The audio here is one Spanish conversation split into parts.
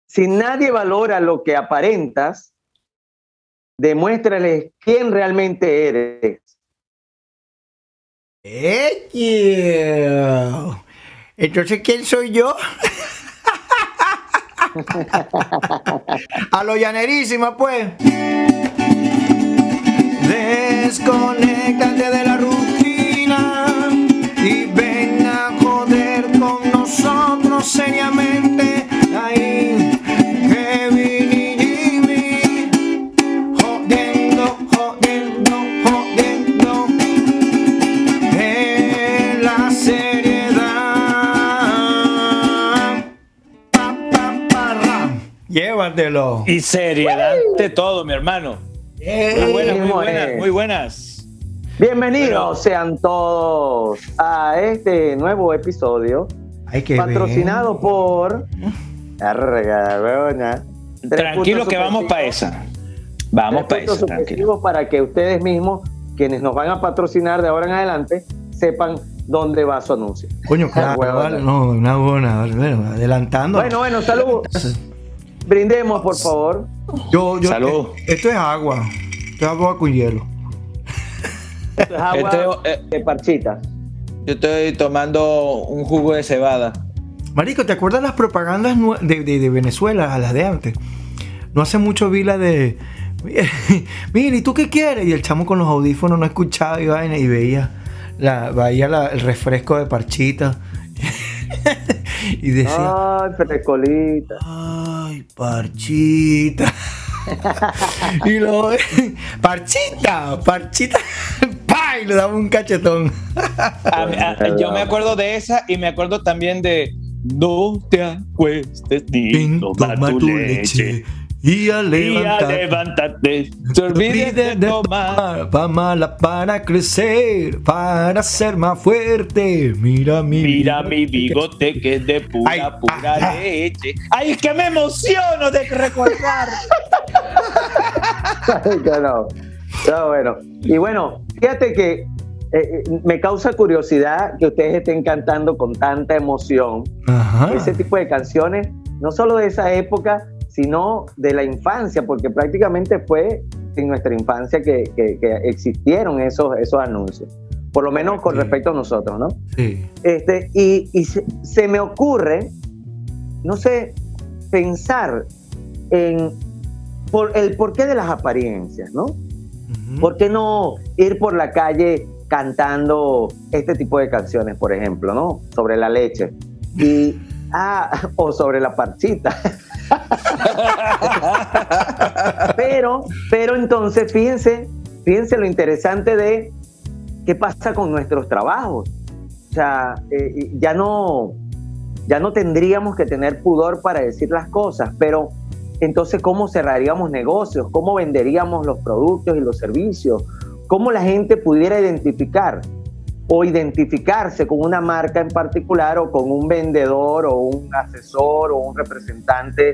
Si nadie valora lo que aparentas, demuéstrales quién realmente eres. Entonces, ¿quién soy yo? A lo llanerísima, pues. Desconéctate de la rutina y ven a joder con nosotros seriamente. Ahí, Kevin y Jimmy, jodiendo, jodiendo, jodiendo. En la seriedad. Llévatelo. Y seriedad de todo, mi hermano. Muy buenas, muy buenas, muy buenas. Bienvenidos sean todos a este nuevo episodio. Patrocinado por Tranquilo que vamos para esa. Vamos para eso, tranquilo. Para que ustedes mismos, quienes nos van a patrocinar de ahora en adelante, sepan dónde va su anuncio. Coño, claro, vale, no, una buena, bueno, adelantando. Bueno, salud. Brindemos, por favor. Salud. Esto es agua. Esto es agua con hielo. Esto es agua de parchita. Yo estoy tomando un jugo de cebada. Marico, ¿te acuerdas las propagandas de Venezuela, las de antes? No hace mucho vi la de... Mira, ¿y tú qué quieres? Y el chamo con los audífonos no escuchaba y vaina y veía el refresco de parchita. Y decía... Ay, frescolita. Ay, parchita. Y luego... Parchita. ¡Pah! Y le daba un cachetón. Yo me acuerdo de esa y me acuerdo también de... No te acuestes ni toma tu leche. Y a levantarte, te olvides de tomar. Pa' mala para crecer, para ser más fuerte. Mira mi bigote que es de pura leche. ¡Ay, que me emociono de recordar! No, bueno. Y bueno, fíjate que me causa curiosidad que ustedes estén cantando con tanta emoción. Ajá. Ese tipo de canciones, no solo de esa época, sino de la infancia, porque prácticamente fue en nuestra infancia que existieron esos anuncios, por lo menos con respecto a nosotros, ¿no? Sí. Y se me ocurre, no sé, pensar en el porqué de las apariencias, ¿no? Uh-huh. ¿Por qué no ir por la calle cantando este tipo de canciones, por ejemplo, ¿no? Sobre la leche o sobre la parchita. pero entonces fíjense lo interesante de qué pasa con nuestros trabajos. O sea, ya no tendríamos que tener pudor para decir las cosas, pero entonces ¿cómo cerraríamos negocios? ¿Cómo venderíamos los productos y los servicios? ¿Cómo la gente pudiera identificar o identificarse con una marca en particular o con un vendedor o un asesor o un representante?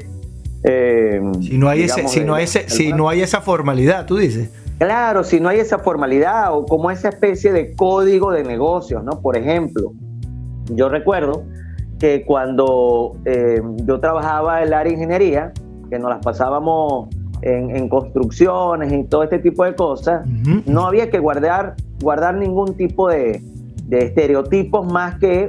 Si no hay esa formalidad, tú dices. Claro, si no hay esa formalidad o como esa especie de código de negocios, ¿no? Por ejemplo, yo recuerdo que cuando yo trabajaba en el área de ingeniería, que nos las pasábamos en construcciones y todo este tipo de cosas, uh-huh. No había que guardar ningún tipo de estereotipos más que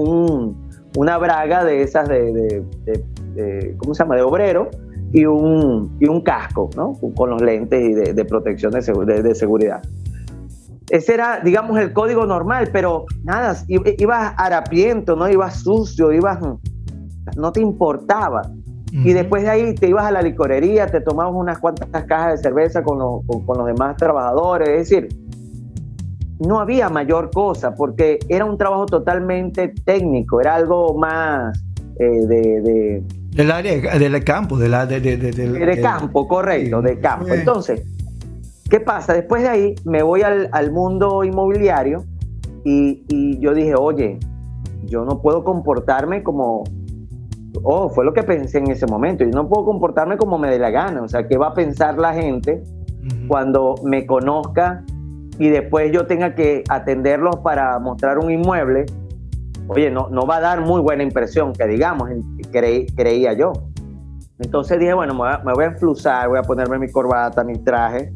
una braga de esas de ¿cómo se llama? De obrero y un casco, ¿no? Con los lentes y de protección de seguridad. Ese era, digamos, el código normal, pero nada, ibas harapiento, ¿no? Ibas sucio, no te importaba. Uh-huh. Y después de ahí te ibas a la licorería, te tomabas unas cuantas cajas de cerveza con los demás trabajadores. Es decir, no había mayor cosa porque era un trabajo totalmente técnico, era algo más del área del campo, de campo, correcto, de campo. Entonces, ¿qué pasa? Después de ahí me voy al mundo inmobiliario y yo dije, oye, yo no puedo comportarme como... fue lo que pensé en ese momento. Yo no puedo comportarme como me dé la gana. O sea, ¿qué va a pensar la gente cuando me conozca y después yo tenga que atenderlos para mostrar un inmueble? Oye, no va a dar muy buena impresión, que digamos, creía yo. Entonces dije, bueno, me voy a enflusar, voy a ponerme mi corbata, mi traje.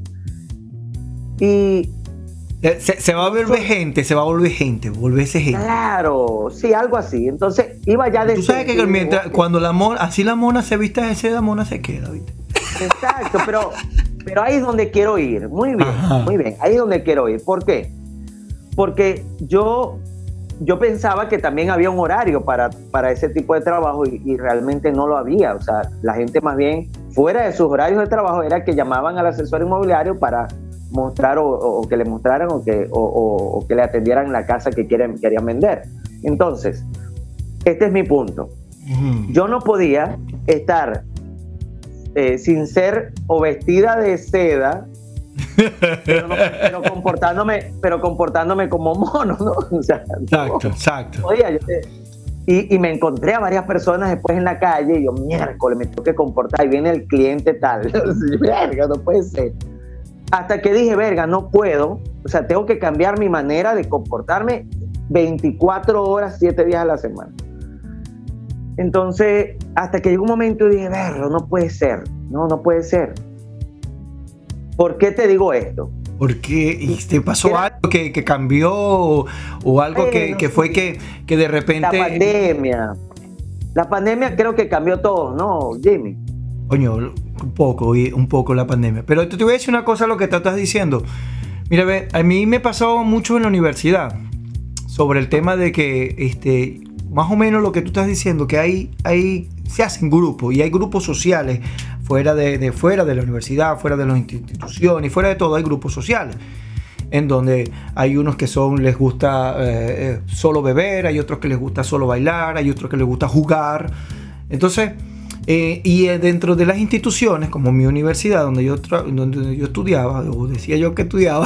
Y se va a volver gente, volverse gente. Claro, sí, algo así. Entonces iba ya de... Tú sabes que mientras, cuando la mona se viste de seda, la mona se queda, ¿viste? Exacto, pero ahí es donde quiero ir. Muy bien, muy bien. Ahí es donde quiero ir. ¿Por qué? Porque yo pensaba que también había un horario para ese tipo de trabajo y realmente no lo había. O sea, la gente más bien, fuera de sus horarios de trabajo, era que llamaban al asesor inmobiliario para mostrar o que le mostraran o que le atendieran la casa que querían vender. Entonces, este es mi punto. Yo no podía estar sin ser o vestida de seda, pero comportándome como mono, ¿no? O sea, exacto. Oye, y me encontré a varias personas después en la calle y yo, miércoles, me tengo que comportar y viene el cliente tal. Verga, no puede ser. Hasta que dije, verga, no puedo, o sea, tengo que cambiar mi manera de comportarme 24 horas, 7 días a la semana. Entonces, hasta que llegó un momento y dije, verga, no puede ser, no puede ser. ¿Por qué te digo esto? Porque te pasó algo que cambió o algo que fue que de repente... La pandemia creo que cambió todo, ¿no, Jimmy? Coño, un poco la pandemia. Pero te voy a decir una cosa a lo que te estás diciendo. Mira, ve, a mí me pasó mucho en la universidad sobre el tema de que más o menos lo que tú estás diciendo, que hay se hacen grupos y hay grupos sociales fuera de la universidad, fuera de las instituciones, fuera de todo hay grupos sociales en donde hay unos que les gusta solo beber, hay otros que les gusta solo bailar, hay otros que les gusta jugar. Entonces, y dentro de las instituciones, como mi universidad, donde yo estudiaba, o decía yo que estudiaba,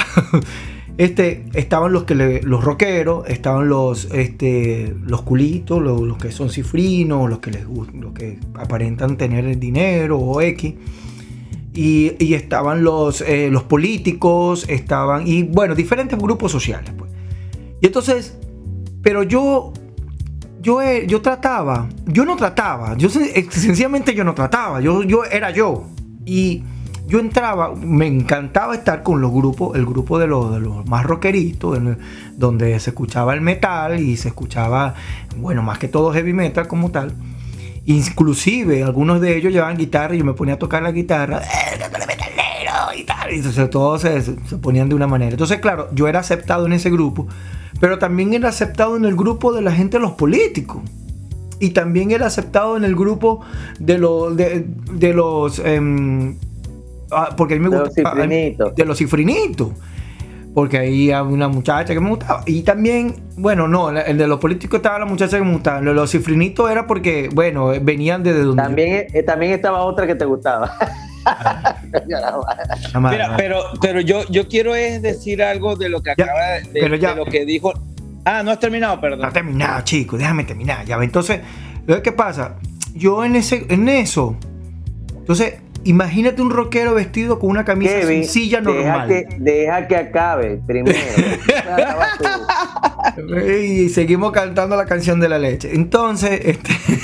estaban los rockeros, estaban los culitos, los que son cifrinos, los que aparentan tener dinero o X. Y estaban los políticos, y bueno, diferentes grupos sociales, pues. Y entonces, pero sencillamente yo no trataba, yo era yo. Y yo entraba, me encantaba estar con el grupo de los más rockeritos, donde se escuchaba el metal y se escuchaba, bueno, más que todo heavy metal como tal. Inclusive algunos de ellos llevaban guitarra y yo me ponía a tocar la guitarra, y tal, y entonces todos se ponían de una manera. Entonces, claro, yo era aceptado en ese grupo, pero también era aceptado en el grupo de la gente de los políticos. Y también era aceptado en el grupo de los porque a mí me gusta de los cifrinitos, porque ahí había una muchacha que me gustaba. Y también, bueno, no, el de los políticos estaba la muchacha que me gustaba. Los cifrinitos era porque, bueno, venían desde donde también estaba otra que te gustaba. Mira, pero yo quiero decir algo de lo que acaba de lo que dijo. No has terminado, perdón. No has terminado, chico, déjame terminar. Ya, entonces, ¿qué pasa? Yo en eso, entonces, imagínate un rockero vestido con una camisa sencilla normal. Deja que acabe primero. Y seguimos cantando la canción de la leche. Entonces,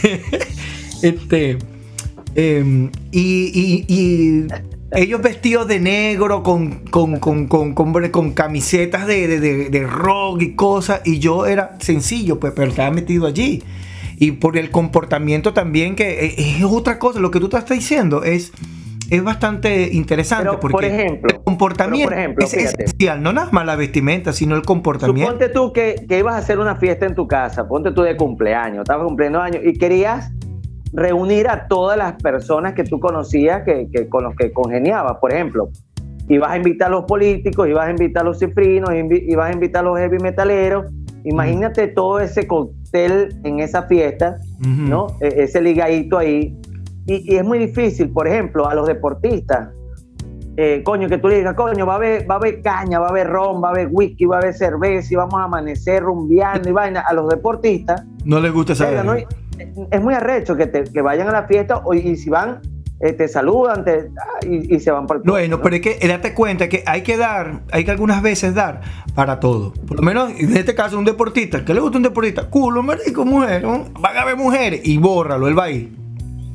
y ellos vestidos de negro con camisetas de rock y cosas, y yo era sencillo, pues, pero estaba metido allí. Y por el comportamiento también, que es otra cosa, lo que tú estás diciendo es bastante interesante. Pero, porque por ejemplo, el comportamiento es esencial, no nada más la vestimenta, sino el comportamiento. Suponte tú que ibas a hacer una fiesta en tu casa, ponte tú de cumpleaños, estabas cumpliendo años y querías reunir a todas las personas que tú conocías que con los que congeniabas. Por ejemplo, ibas a invitar a los políticos, ibas a invitar a los cifrinos, ibas a invitar a los heavy metaleros. Imagínate todo ese cóctel en esa fiesta, ¿no? Ese ligadito ahí. Y es muy difícil, por ejemplo, a los deportistas. Coño, que tú le digas, coño, va a haber caña, va a haber ron, va a haber whisky, va a haber cerveza y vamos a amanecer rumbeando y vaina. A los deportistas no les gusta esa ¿no? Es muy arrecho que vayan a la fiesta y si van, te saludan y se van para el... Bueno, pero es que date cuenta que hay que algunas veces dar para todo. Por lo menos en este caso un deportista, ¿qué le gusta un deportista? Culo, marico, mujer, van a haber mujeres y bórralo, él va a ir.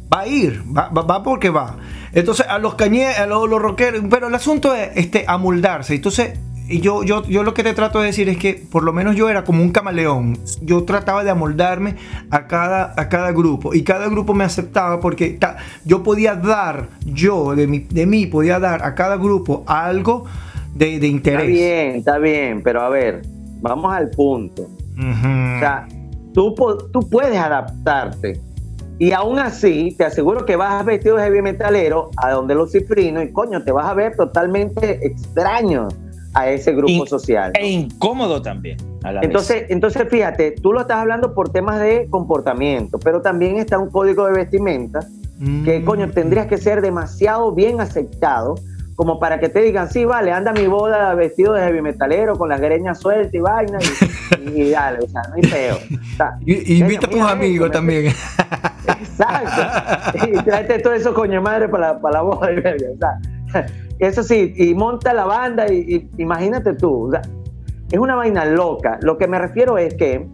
va a ir, va porque va. Entonces a los los rockeros, pero el asunto es amoldarse. Entonces yo lo que te trato de decir es que por lo menos yo era como un camaleón. Yo trataba de amoldarme a cada grupo, y cada grupo me aceptaba porque yo podía dar, de mí podía dar a cada grupo algo de interés. Está bien, pero a ver, vamos al punto. O sea, tú puedes adaptarte, y aún así te aseguro que vas vestido de heavy metalero a donde los cifrinos, y coño, te vas a ver totalmente extraño a ese grupo social, ¿no? E incómodo también a la vez. Entonces fíjate, tú lo estás hablando por temas de comportamiento, pero también está un código de vestimenta que, coño, tendrías que ser demasiado bien aceptado como para que te digan, sí, vale, anda a mi boda vestido de heavy metalero con las greñas sueltas y vaina y dale, o sea, no hay feo. O sea, y invita a tus amigos también. Exacto. Y tráete todo eso, coño madre, para la boda. O sea, eso sí, y monta la banda y imagínate tú, o sea, es una vaina loca. Lo que me refiero es que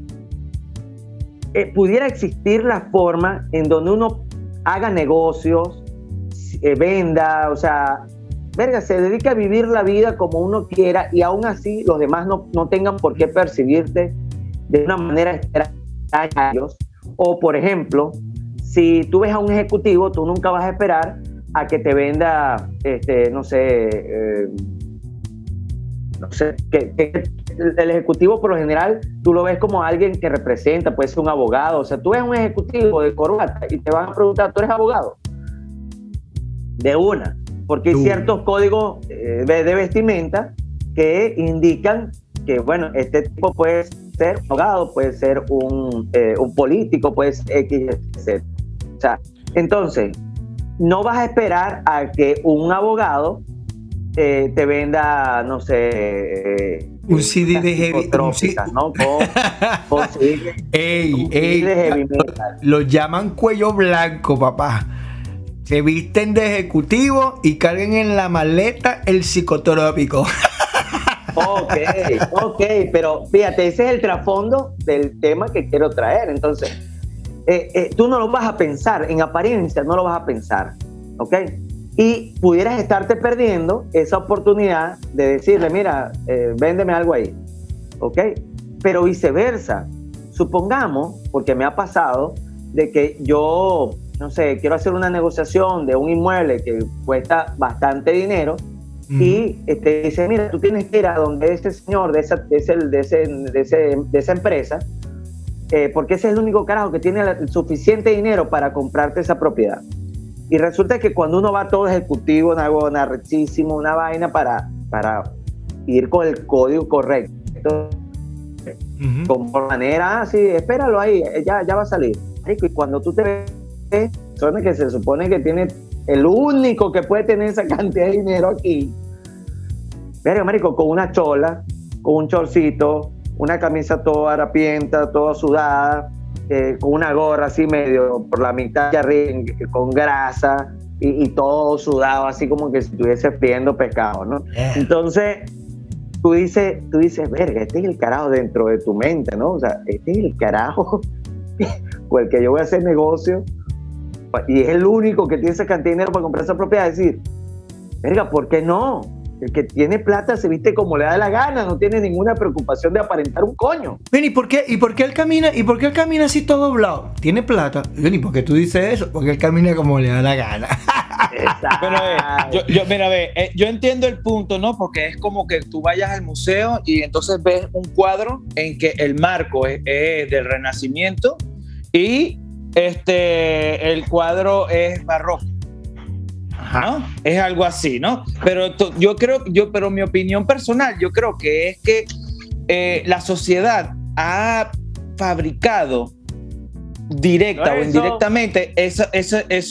pudiera existir la forma en donde uno haga negocios, venda, o sea, verga, se dedica a vivir la vida como uno quiera, y aún así los demás no tengan por qué percibirte de una manera extraña a ellos. O, por ejemplo, si tú ves a un ejecutivo, tú nunca vas a esperar a que te venda, no sé, que el ejecutivo por lo general tú lo ves como alguien que representa, puede ser un abogado. O sea, tú ves a un ejecutivo de corbata y te van a preguntar, ¿tú eres abogado? De una, porque hay ciertos códigos de vestimenta que indican que, bueno, este tipo puede ser abogado, puede ser un político, puede ser X, etc. O sea, entonces, no vas a esperar a que un abogado te venda, no sé, un CD de heavy trópicas, ¿no? Con CD, de heavy metal. Lo llaman cuello blanco, papá. Se visten de ejecutivo y carguen en la maleta el psicotrópico. Ok, pero fíjate, ese es el trasfondo del tema que quiero traer. Entonces, tú no lo vas a pensar, en apariencia no lo vas a pensar, ¿ok? Y pudieras estarte perdiendo esa oportunidad de decirle, mira, véndeme algo ahí, ¿ok? Pero viceversa, supongamos, porque me ha pasado, de que yo, no sé, quiero hacer una negociación de un inmueble que cuesta bastante dinero, y dice, mira, tú tienes que ir a donde ese señor de esa empresa, porque ese es el único carajo que tiene el suficiente dinero para comprarte esa propiedad. Y resulta que cuando uno va todo ejecutivo, una rechísimo, una vaina para ir con el código correcto, con manera, sí, espéralo ahí, ya va a salir. Y cuando tú te ves, persona que se supone que tiene el único que puede tener esa cantidad de dinero aquí, verga, marico, con una chola, con un chorcito, una camisa toda harapienta, toda sudada, con una gorra así medio por la mitad de arriba, con grasa y todo sudado, así como que si estuviese friendo pescado, ¿no? Entonces tú dices, verga, este es el carajo dentro de tu mente, ¿no? O sea, este es el carajo con el que yo voy a hacer negocio, y es el único que tiene esa cantidad de dinero para comprar esa propiedad. Es decir, verga, ¿por qué no? El que tiene plata se viste como le da la gana, no tiene ninguna preocupación de aparentar un coño. Ven, ¿y por qué él camina así todo doblado? Tiene plata. Ven, ¿y por qué tú dices eso? Porque él camina como le da la gana. Pero mira, yo entiendo el punto, ¿no? Porque es como que tú vayas al museo y entonces ves un cuadro en que el marco es del Renacimiento y el cuadro es barroco, ¿no? Es algo así, ¿no? Pero pero mi opinión personal, yo creo que es que la sociedad ha fabricado directa o indirectamente ese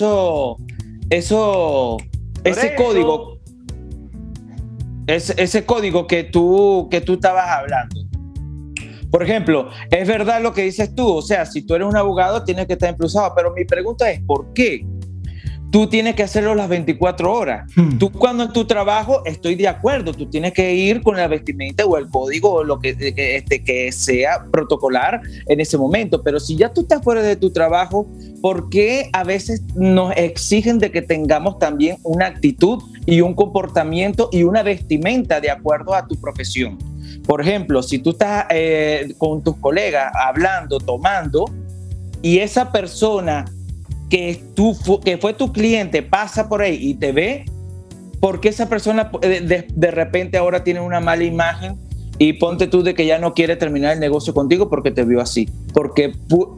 código que tú estabas hablando. Por ejemplo, es verdad lo que dices tú, o sea, si tú eres un abogado tienes que estar impulsado, pero mi pregunta es ¿por qué? tú tienes que hacerlo las 24 horas. Tú cuando en tu trabajo, estoy de acuerdo, tú tienes que ir con la vestimenta o el código o lo que sea protocolar en ese momento, pero si ya tú estás fuera de tu trabajo, ¿por qué a veces nos exigen de que tengamos también una actitud y un comportamiento y una vestimenta de acuerdo a tu profesión? Por ejemplo, si tú estás con tus colegas hablando, tomando, y esa persona que fue tu cliente pasa por ahí y te ve, porque esa persona de repente ahora tiene una mala imagen y ponte tú de que ya no quiere terminar el negocio contigo porque te vio así, porque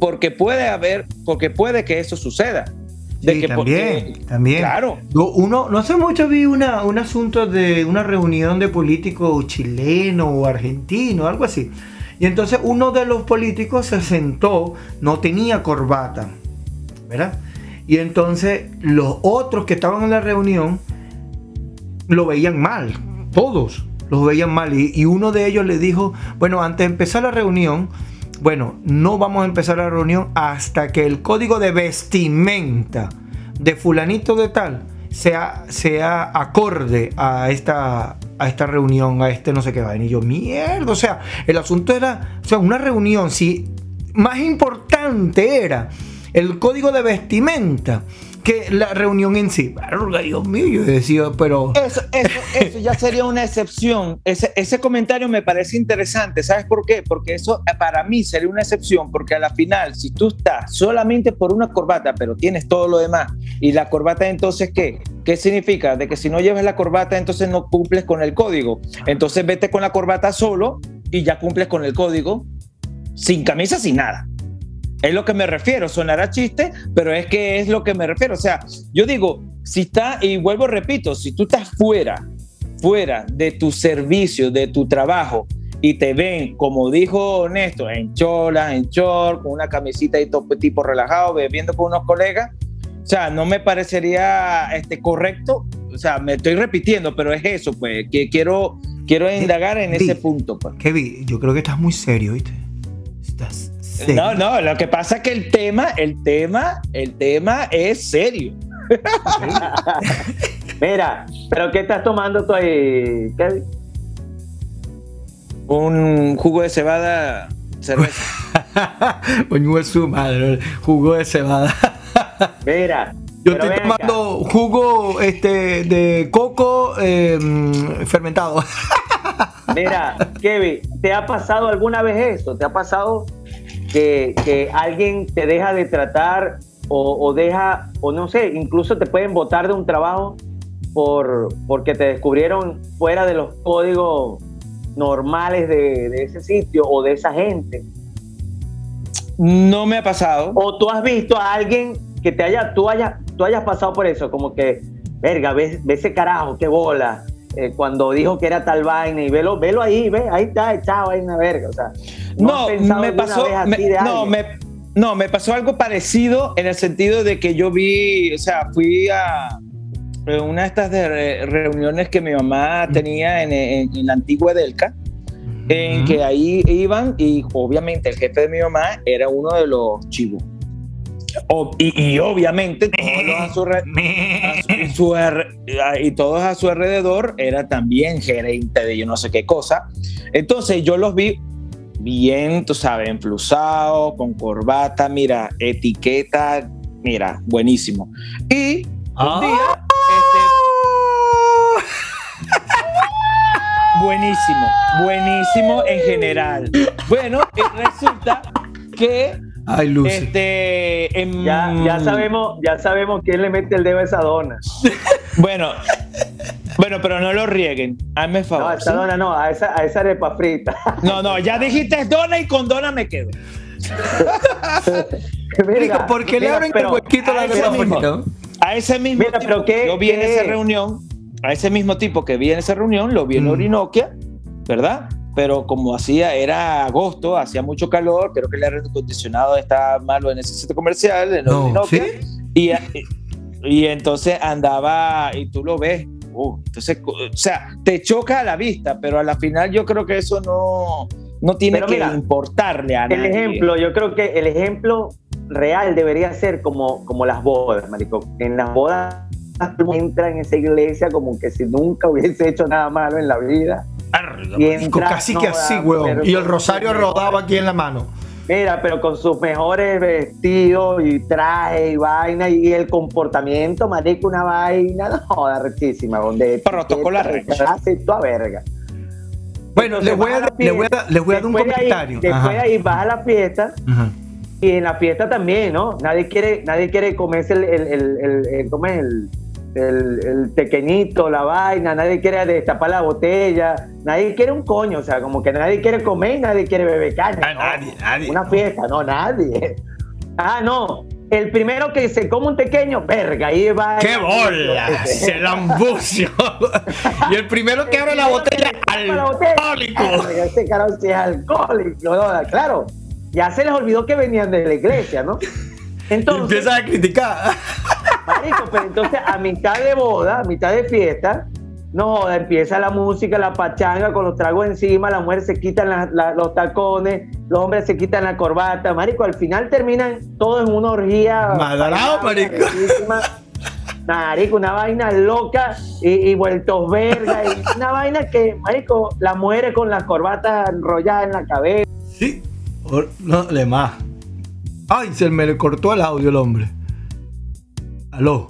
puede que eso suceda. Sí, también. Claro. No hace mucho vi un asunto de una reunión de políticos chilenos o argentinos, algo así. Y entonces uno de los políticos se sentó, no tenía corbata, ¿verdad? Y entonces los otros que estaban en la reunión lo veían mal, todos los veían mal. Y uno de ellos le dijo, bueno, antes de empezar la reunión, no vamos a empezar la reunión hasta que el código de vestimenta de fulanito de tal sea acorde a esta reunión, a este no sé qué vaina. Y yo, mierda, o sea, el asunto era, una reunión, si más importante era el código de vestimenta que la reunión en sí. Dios mío, yo decía, pero... Eso ya sería una excepción. Ese comentario me parece interesante. ¿Sabes por qué? Porque eso para mí sería una excepción, porque a la final, si tú estás solamente por una corbata, pero tienes todo lo demás, y la corbata entonces, ¿qué? ¿Qué significa? De que si no llevas la corbata, entonces no cumples con el código. Entonces vete con la corbata solo y ya cumples con el código, sin camisa, sin nada. Es lo que me refiero, sonará chiste, pero es que es lo que me refiero. O sea, yo digo, y vuelvo, repito, si tú estás fuera de tu servicio, de tu trabajo, y te ven, como dijo Néstor, en chola, en short, con una camisita y tipo relajado, bebiendo con unos colegas, o sea, no me parecería correcto. O sea, me estoy repitiendo, pero es eso, pues, que quiero indagar en ese punto, pues. Kevin, yo creo que estás muy serio, ¿viste? Estás... Sí. No, lo que pasa es que el tema es serio. Mira, ¿pero qué estás tomando tú ahí, Kevin? Un jugo de cebada, cerveza. Coño, es su madre, jugo de cebada. Mira, yo estoy tomando jugo de coco fermentado. Mira, Kevin, ¿te ha pasado alguna vez eso? ¿Te ha pasado que alguien te deja de tratar o no sé, incluso te pueden botar de un trabajo porque te descubrieron fuera de los códigos normales de ese sitio o de esa gente? No me ha pasado. ¿O tú has visto a alguien que tú hayas pasado por eso? Como que, verga, ve ese carajo, qué bola, cuando dijo que era tal vaina, y velo ahí, ahí está echado ahí una verga. O sea, me pasó algo parecido, en el sentido de que yo fui a una de estas reuniones que mi mamá tenía en la antigua Edelca, en que ahí iban, y obviamente el jefe de mi mamá era uno de los chivos. Y obviamente todos a su alrededor era también gerente de yo no sé qué cosa. Entonces yo los vi bien, tú sabes, enflusados, con corbata, mira, etiqueta, mira, buenísimo. Y un día, buenísimo en general. Bueno, resulta que ay, Lucy. Ya sabemos quién le mete el dedo a esa dona. Bueno, pero no lo rieguen. Hazme favor. No, a esa dona no, a esa arepa frita. No, ya dijiste dona y con dona me quedo. ¿Por qué le abren el huequito a la arepa frita? A ese mismo tipo que yo vi en esa reunión, a ese mismo tipo que vi en esa reunión, lo vi en Orinoquia, ¿verdad? Pero como era agosto, hacía mucho calor, creo que el aire acondicionado estaba malo en ese centro comercial, en Orinoquia, ¿sí? Y entonces andaba, y tú lo ves, entonces, o sea, te choca a la vista, pero a la final yo creo que eso no tiene que importarle a nadie. El ejemplo, yo creo que el ejemplo real debería ser como las bodas, marico. En las bodas entra en esa iglesia como que si nunca hubiese hecho nada malo en la vida. Y entra, casi que así, huevón. Y el rosario rodaba aquí en la mano. Mira, pero con sus mejores vestidos y trajes y vaina y el comportamiento, marico, una vaina, no joda, rechísima, donde protocolar, hace toda verga. Bueno, les voy a dar un comentario. Después de ahí vas a la fiesta. Ajá. Y en la fiesta también, ¿no? Nadie quiere comerse el pequeñito, la vaina, nadie quiere destapar la botella, nadie quiere un coño, o sea, como que nadie quiere comer, nadie quiere beber caña. Nadie. Una fiesta, no, nadie. No, el primero que se come un pequeño, verga, ahí va. ¡Qué bola! Se la ambucio. Y el primero que abre la botella, alcohólico. Ese carajo sí es alcohólico, ¿no? Claro, ya se les olvidó que venían de la iglesia, ¿no? Entonces, empiezan a criticar. Marico, pero entonces a mitad de boda, a mitad de fiesta, no joda, empieza la música, la pachanga con los tragos encima, las mujeres se quitan los tacones, los hombres se quitan la corbata, marico, al final terminan todos en una orgía. Madrado, marico. Marico, una vaina loca y vueltos verga, y una vaina que, marico, las mujeres con las corbatas enrolladas en la cabeza. Sí, no, de más. Ay, se me le cortó el audio el hombre. Aló.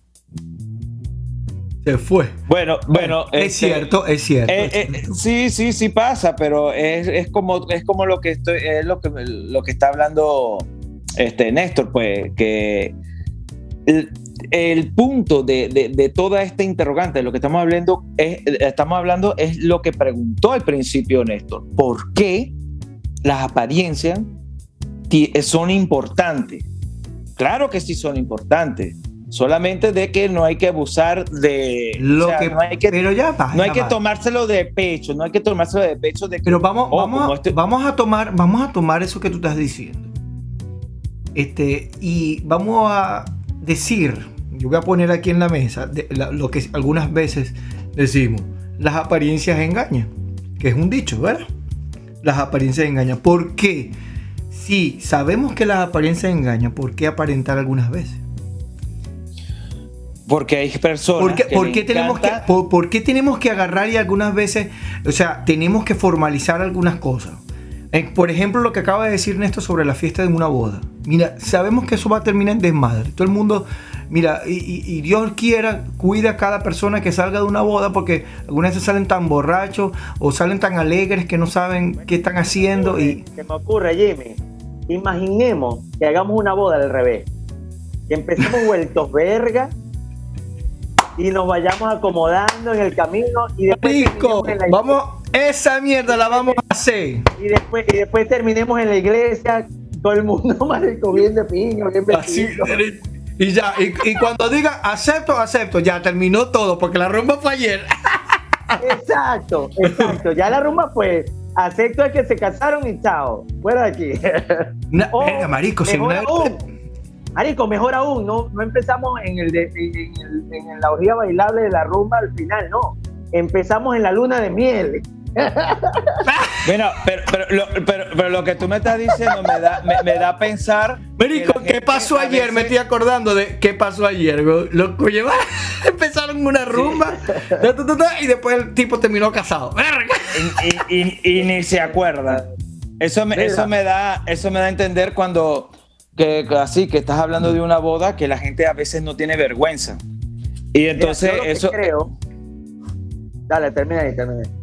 Se fue. Bueno. Es cierto. Sí pasa, pero es como lo que es lo que está hablando Néstor, pues, que el punto de toda esta interrogante, de lo que estamos hablando es lo que preguntó al principio Néstor. ¿Por qué las apariencias son importantes? Claro que sí son importantes. Solamente de que no hay que abusar de lo que, no hay que, pero ya va, no hay que tomárselo de pecho, de que, pero vamos a tomar eso que tú estás diciendo. Y vamos a decir, yo voy a poner aquí en la mesa lo que algunas veces decimos, las apariencias engañan, que es un dicho, ¿verdad? Las apariencias engañan. ¿Por qué? Si sabemos que las apariencias engañan, ¿por qué aparentar algunas veces? Porque hay personas ¿Por qué tenemos que agarrar y algunas veces, o sea, tenemos que formalizar algunas cosas? Por ejemplo, lo que acaba de decir Néstor sobre la fiesta de una boda. Mira, sabemos que eso va a terminar en desmadre. Todo el mundo, mira, y Dios quiera, cuida a cada persona que salga de una boda, porque algunas veces salen tan borrachos o salen tan alegres que no saben qué están haciendo. Se me ocurre, Jimmy, imaginemos que hagamos una boda al revés. Que empecemos vueltos verga y nos vayamos acomodando en el camino y después esa mierda la vamos a hacer. Y después terminemos en la iglesia, todo el mundo marico, bien de piño, bien vestido. Y ya, y cuando diga acepto, ya terminó todo, porque la rumba fue ayer. Exacto, ya la rumba fue. Acepto es que se casaron y chao, fuera de aquí. Venga, marico, mejor aún, no empezamos en la orgía bailable de la rumba al final, no. Empezamos en la luna de miel. Bueno, pero lo que tú me estás diciendo me da a pensar. Marico, ¿qué pasó ayer? Veces... Me estoy acordando de qué pasó ayer. Loco, empezaron una rumba y después el tipo terminó casado. Y ni se acuerda. Eso me da a entender cuando que estás hablando de una boda que la gente a veces no tiene vergüenza. Y entonces eso. Creo... Dale, termina ahí.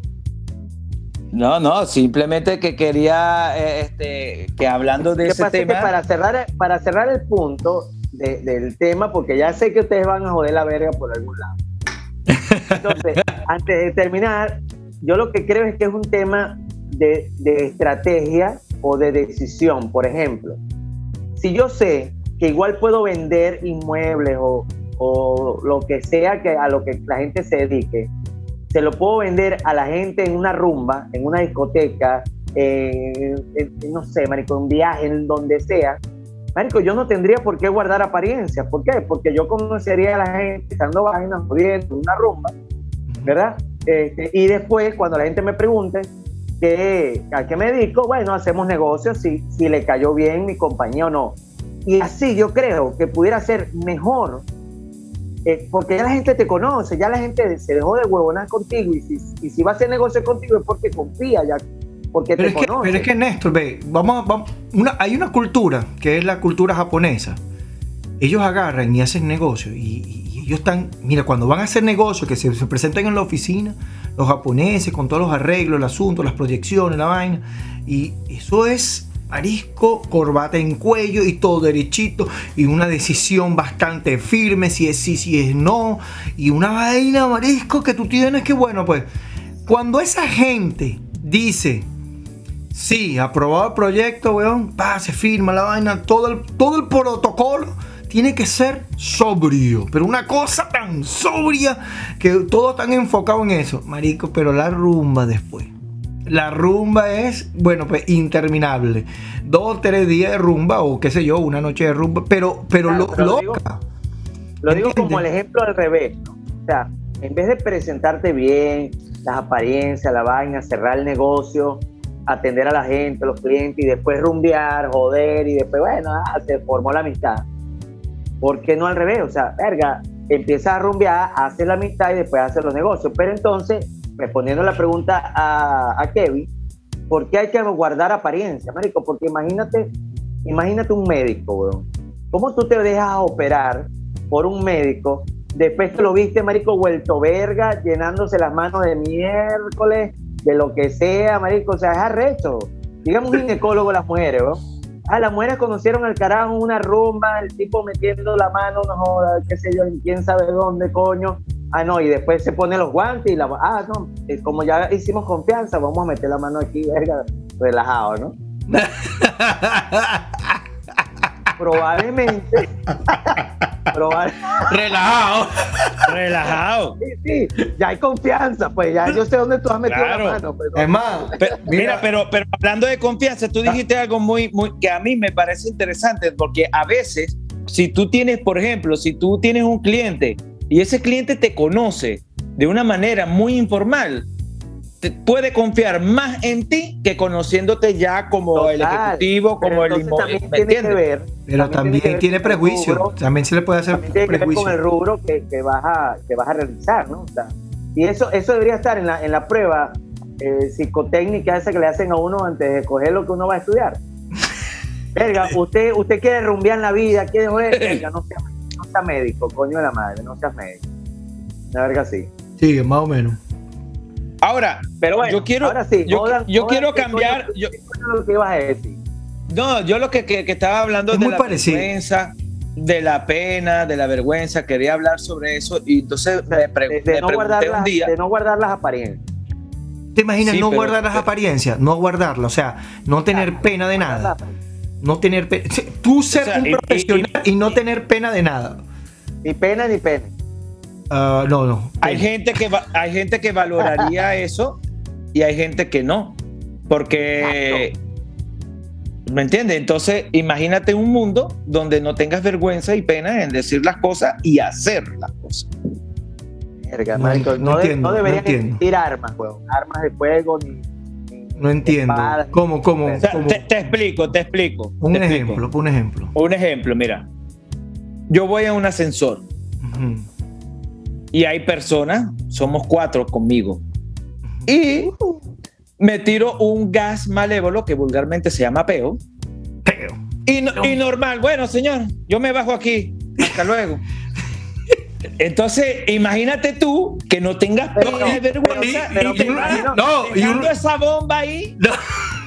No, simplemente que quería que hablando de ese tema. Para cerrar el punto del tema, porque ya sé que ustedes van a joder la verga por algún lado. Entonces, antes de terminar, yo lo que creo es que es un tema de estrategia o de decisión. Por ejemplo, si yo sé que igual puedo vender inmuebles o lo que sea a lo que la gente se dedique, se lo puedo vender a la gente en una rumba, en una discoteca, no sé, marico, un viaje, en donde sea. Marico, yo no tendría por qué guardar apariencias. ¿Por qué? Porque yo conocería a la gente estando vainas, jodiendo, en una rumba, ¿verdad? Y después, cuando la gente me pregunte a qué me dedico, bueno, hacemos negocios si le cayó bien mi compañía o no. Y así yo creo que pudiera ser mejor, porque ya la gente te conoce, ya la gente se dejó de huevonar contigo, y si va a hacer negocio contigo es porque confía, ya, porque te conoce. Pero es que Néstor, ve, hay una cultura, que es la cultura japonesa. Ellos agarran y hacen negocio, y ellos están, mira, cuando van a hacer negocio, que se presentan en la oficina, los japoneses, con todos los arreglos, el asunto, las proyecciones, la vaina, y eso es marisco, corbata en cuello y todo derechito, y una decisión bastante firme, si es sí, si es no, y una vaina, marisco, que tú tienes que, bueno, pues, cuando esa gente dice, sí, aprobado el proyecto, weón, se firma la vaina, todo el protocolo tiene que ser sobrio, pero una cosa tan sobria que todos están enfocados en eso, marico, pero la rumba después. La rumba es, bueno, pues interminable. 2 o 3 días de rumba, o qué sé yo, una noche de rumba, pero Claro, loca. Lo digo como el ejemplo al revés, ¿no? O sea, en vez de presentarte bien, las apariencias, la vaina, cerrar el negocio, atender a la gente, los clientes, y después rumbear, joder, y después, bueno, se formó la amistad. ¿Por qué no al revés? O sea, verga, empiezas a rumbear, haces la amistad y después haces los negocios. Pero entonces, respondiendo la pregunta a Kevin, ¿por qué hay que guardar apariencia, marico? Porque imagínate un médico, weón. ¿Cómo tú te dejas operar por un médico después que lo viste, marico, vuelto verga, llenándose las manos de miércoles, de lo que sea, marico? O sea, es arrecho. Digamos un ginecólogo, las mujeres, weón. Las mujeres conocieron al carajo una rumba, el tipo metiendo la mano, no joda, qué sé yo, quién sabe dónde, coño. No, y después se pone los guantes y no, como ya hicimos confianza, vamos a meter la mano aquí, verga, relajado, ¿no? Probablemente. Relajado. Sí, ya hay confianza, pues ya yo sé dónde tú has metido la mano. Pero... Es más, pero hablando de confianza, tú dijiste algo muy, que a mí me parece interesante, porque a veces, si tú tienes, por ejemplo, si tú tienes un cliente y ese cliente te conoce de una manera muy informal, puede confiar más en ti que conociéndote ya como total, el ejecutivo, como el también tiene que ver, pero también tiene prejuicio, rubro, también se le puede hacer tiene que ver prejuicio con el rubro que vas a realizar, ¿no? O sea, y eso debería estar en la prueba psicotécnica esa que le hacen a uno antes de escoger lo que uno va a estudiar. Verga, usted quiere rumbear en la vida, quiere joder, verga, no sea médico, coño de la madre, no seas médico. La verga sí. Sí, más o menos. Ahora, pero bueno, yo quiero, ahora sí, yo quiero cambiar. ¿Qué es lo que ibas a decir? No, yo lo que estaba hablando es de muy la parecido. Vergüenza, de la pena, de la vergüenza, quería hablar sobre eso y entonces me pregunté un día. De no guardar las apariencias. ¿Te imaginas no pero, guardar las apariencias? No guardarlas, o sea, no tener pena de nada. No tener pena. Tú ser un profesional y no tener pena de nada. Ni pena ni pena. No. Hay gente que valoraría eso y hay gente que no. Porque, ¿me entiendes? Entonces, imagínate un mundo donde no tengas vergüenza y pena en decir las cosas y hacer las cosas. Verga, Michael, no deberían existir armas, weón. Armas de fuego ni no entiendo. Espadas, ¿Cómo? O sea, te explico. Un ejemplo, mira. Yo voy a un ascensor. Uh-huh. Y hay personas, somos 4 conmigo. Y me tiro un gas malévolo que vulgarmente se llama peo. Y normal, bueno, señor, yo me bajo aquí. Hasta luego. Entonces, imagínate tú que no tengas pena de vergüenza y esa bomba ahí. No.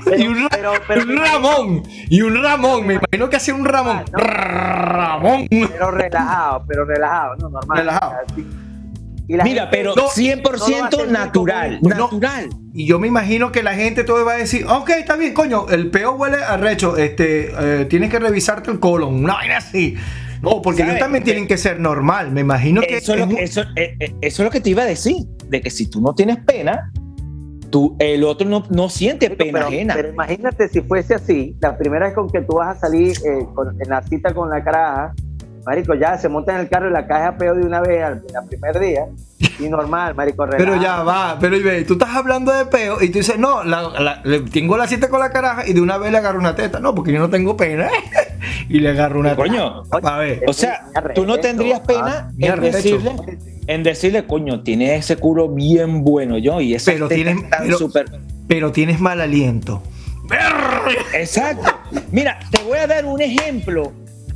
Y un Ramón, me imagino que hace un Ramón. No. Ramón. Pero relajado, no, normal. Relajado. Y la mira, gente, pero 100% natural. Natural. Y yo me imagino que la gente todo va a decir, ok, está bien, coño, el peo huele arrecho, tienes que revisarte el colon, una vaina así. No, porque ellos también tienen que ser normal, me imagino que... Eso es lo que te iba a decir, de que si tú no tienes pena, el otro no siente pena ajena. Pero imagínate si fuese así, la primera vez con que tú vas a salir en la cita con la caraja, marico, ya se monta en el carro y la caja peo de una vez al primer día, y normal, marico, relajado. Pero ya va, pero tú estás hablando de peo y tú dices, no, tengo la cita con la caraja y de una vez le agarro una teta. No, porque yo no tengo pena. Y le agarro una... Coño, a ver. o sea, tú no tendrías pena en decirle, coño, tienes ese culo bien bueno, yo, y esas tetas están súper... Pero tienes mal aliento. Exacto. Mira, te voy a dar un ejemplo.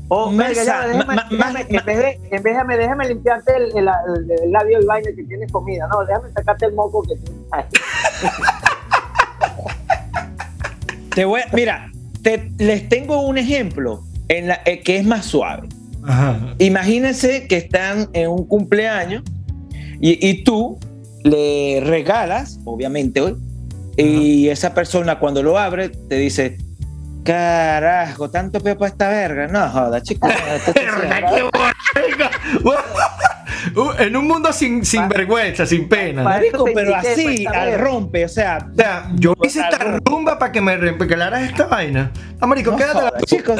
Déjame limpiarte el labio y vaina que tienes comida. No, déjame sacarte el moco que tienes. Les tengo un ejemplo que es más suave. Ajá. Imagínense que están en un cumpleaños y tú le regalas, obviamente hoy, y esa persona cuando lo abre te dice: carajo, tanto peo para esta verga. No joda, chico. En un mundo sin vergüenza, sin pena. Marico, pero así, al rompe, o sea, yo hice esta rumba para que me regalaras esta vaina. No, marico, quédate la chicos.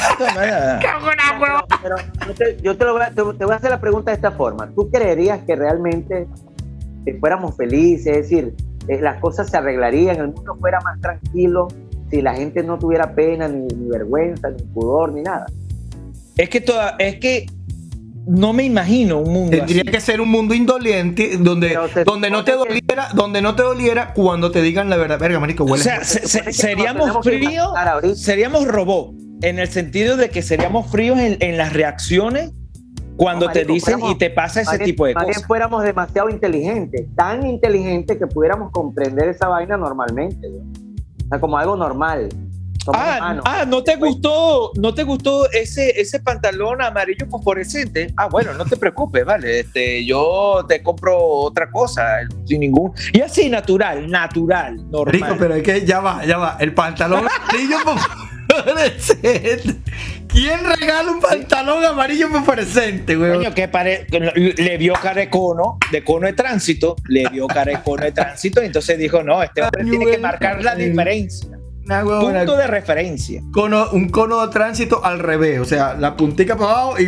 Pero yo te voy a hacer la pregunta de esta forma. ¿Tú creerías que realmente fuéramos felices? Es decir, las cosas se arreglarían, el mundo fuera más tranquilo si la gente no tuviera pena, ni vergüenza, ni pudor, ni nada. Es que no me imagino un mundo Tendría así. que ser un mundo indolente donde no te doliera cuando te digan la verdad. Verga, marico, huele. O sea, seríamos fríos, seríamos robots, en el sentido de que seríamos fríos en las reacciones cuando te dicen y te pasa ese tipo de cosas. Fuéramos demasiado inteligentes, tan inteligentes que pudiéramos comprender esa vaina normalmente, ¿no? O sea, como algo normal. ¿No te gustó ese pantalón amarillo fosforescente? Bueno, no te preocupes, vale, yo te compro otra cosa, sin ningún... Y así, natural, normal. Rico, pero es que ya va, el pantalón amarillo fosforescente. ¿Quién regala un pantalón amarillo fosforescente, güey? Coño, que le vio cara de cono de tránsito, y entonces dijo, no, este hombre tiene que marcar la diferencia. Punto de referencia. Un cono de tránsito al revés, o sea, la puntica para abajo y...